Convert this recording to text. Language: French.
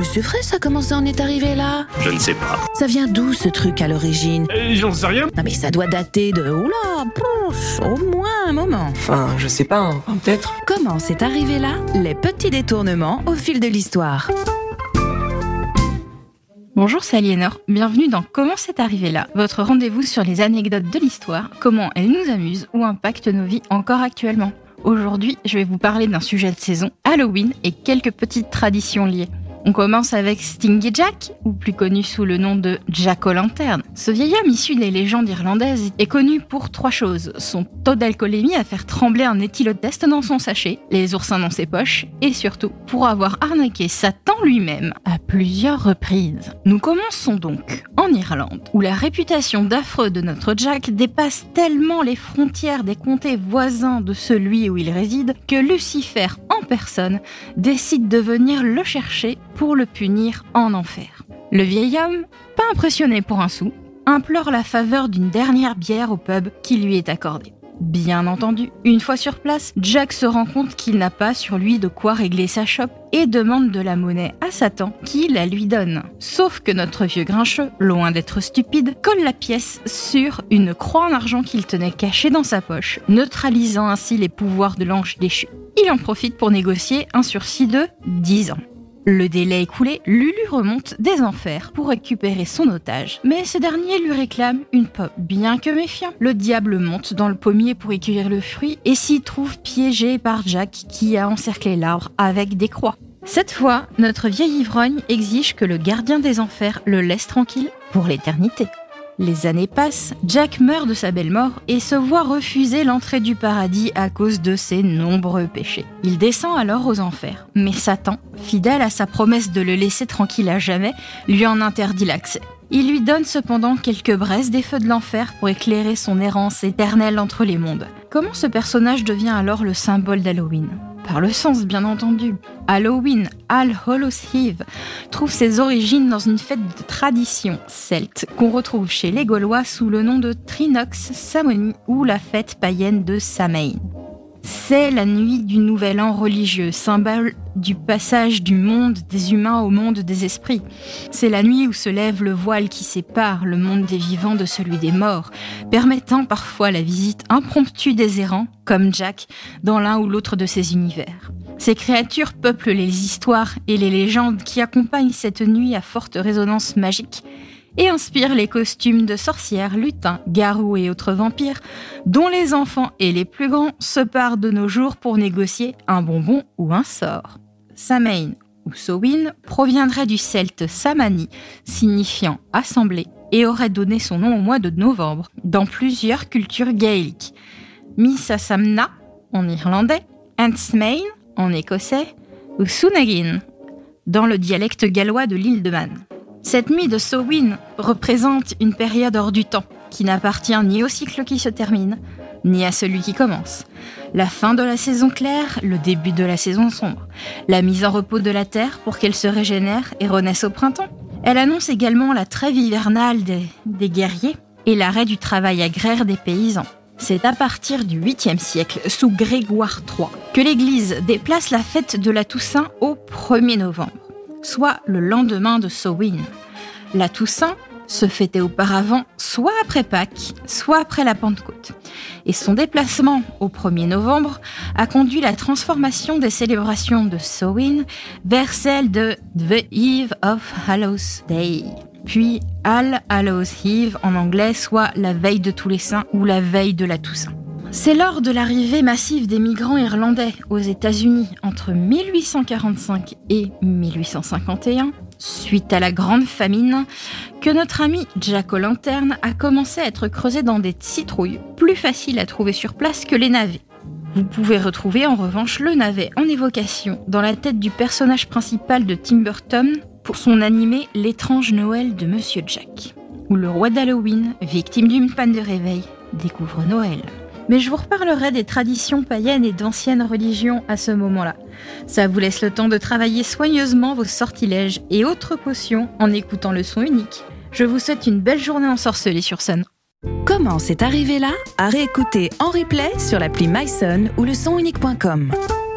Mais c'est vrai ça, comment ça en est arrivé là? Je ne sais pas. Ça vient d'où ce truc à l'origine? J'en sais rien. Non mais ça doit dater de... Oula, pouf, au moins un moment. Enfin, je sais pas, enfin, peut-être. Comment c'est arrivé là? Les petits détournements au fil de l'histoire. Bonjour, c'est Aliénor. Bienvenue dans Comment c'est arrivé là, votre rendez-vous sur les anecdotes de l'histoire, comment elles nous amusent ou impactent nos vies encore actuellement. Aujourd'hui, je vais vous parler d'un sujet de saison, Halloween, et quelques petites traditions liées. On commence avec Stingy Jack, ou plus connu sous le nom de Jack-o'-lanterne. Ce vieil homme issu des légendes irlandaises est connu pour 3 choses. Son taux d'alcoolémie à faire trembler un éthylotest dans son sachet, les oursins dans ses poches, et surtout pour avoir arnaqué Satan lui-même à plusieurs reprises. Nous commençons donc en Irlande, où la réputation d'affreux de notre Jack dépasse tellement les frontières des comtés voisins de celui où il réside que Lucifer en personne décide de venir le chercher pour le punir en enfer. Le vieil homme, pas impressionné pour un sou, implore la faveur d'une dernière bière au pub qui lui est accordée. Bien entendu, une fois sur place, Jack se rend compte qu'il n'a pas sur lui de quoi régler sa chope et demande de la monnaie à Satan qui la lui donne. Sauf que notre vieux grincheux, loin d'être stupide, colle la pièce sur une croix en argent qu'il tenait cachée dans sa poche, neutralisant ainsi les pouvoirs de l'ange déchu. Il en profite pour négocier un sursis de 10 ans. Le délai écoulé, Lulu remonte des enfers pour récupérer son otage, mais ce dernier lui réclame une pomme. Bien que méfiant, le diable monte dans le pommier pour y cueillir le fruit et s'y trouve piégé par Jack qui a encerclé l'arbre avec des croix. Cette fois, notre vieil ivrogne exige que le gardien des enfers le laisse tranquille pour l'éternité. Les années passent, Jack meurt de sa belle mort et se voit refuser l'entrée du paradis à cause de ses nombreux péchés. Il descend alors aux enfers, mais Satan, fidèle à sa promesse de le laisser tranquille à jamais, lui en interdit l'accès. Il lui donne cependant quelques braises des feux de l'enfer pour éclairer son errance éternelle entre les mondes. Comment ce personnage devient alors le symbole d'Halloween ? Par le sens, bien entendu. Halloween, All Hallows Eve, trouve ses origines dans une fête de tradition celte qu'on retrouve chez les Gaulois sous le nom de Trinox Samhain ou la fête païenne de Samhain. C'est la nuit du nouvel an religieux, symbole du passage du monde des humains au monde des esprits. C'est la nuit où se lève le voile qui sépare le monde des vivants de celui des morts, permettant parfois la visite impromptue des errants, comme Jack, dans l'un ou l'autre de ces univers. Ces créatures peuplent les histoires et les légendes qui accompagnent cette nuit à forte résonance magique et inspirent les costumes de sorcières, lutins, garous et autres vampires dont les enfants et les plus grands se parent de nos jours pour négocier un bonbon ou un sort. Samhain ou Samhain proviendrait du celte Samani, signifiant assemblée, et aurait donné son nom au mois de novembre dans plusieurs cultures gaéliques. Missasamna en irlandais, Antsmain en écossais ou Sunagin dans le dialecte gallois de l'île de Man. Cette nuit de Samhain représente une période hors du temps qui n'appartient ni au cycle qui se termine, ni à celui qui commence. La fin de la saison claire, le début de la saison sombre. La mise en repos de la terre pour qu'elle se régénère et renaisse au printemps. Elle annonce également la trêve hivernale des guerriers et l'arrêt du travail agraire des paysans. C'est à partir du 8e siècle, sous Grégoire III, que l'Église déplace la fête de la Toussaint au 1er novembre, soit le lendemain de Samhain. La Toussaint se fêtait auparavant soit après Pâques, soit après la Pentecôte. Et son déplacement au 1er novembre a conduit la transformation des célébrations de Samhain vers celle de The Eve of Hallows Day, puis All Hallows Eve en anglais, soit la veille de tous les saints ou la veille de la Toussaint. C'est lors de l'arrivée massive des migrants irlandais aux États-Unis entre 1845 et 1851, suite à la Grande Famine, que notre ami Jack-o'-lanterne a commencé à être creusé dans des citrouilles, plus faciles à trouver sur place que les navets. Vous pouvez retrouver en revanche le navet en évocation dans la tête du personnage principal de Tim Burton pour son animé L'étrange Noël de Monsieur Jack, où le roi d'Halloween, victime d'une panne de réveil, découvre Noël. Mais je vous reparlerai des traditions païennes et d'anciennes religions à ce moment-là. Ça vous laisse le temps de travailler soigneusement vos sortilèges et autres potions en écoutant le son unique. Je vous souhaite une belle journée ensorcelée sur Sun. Comment c'est arrivé là? À réécouter en replay sur l'appli myson ou le sonunique.com.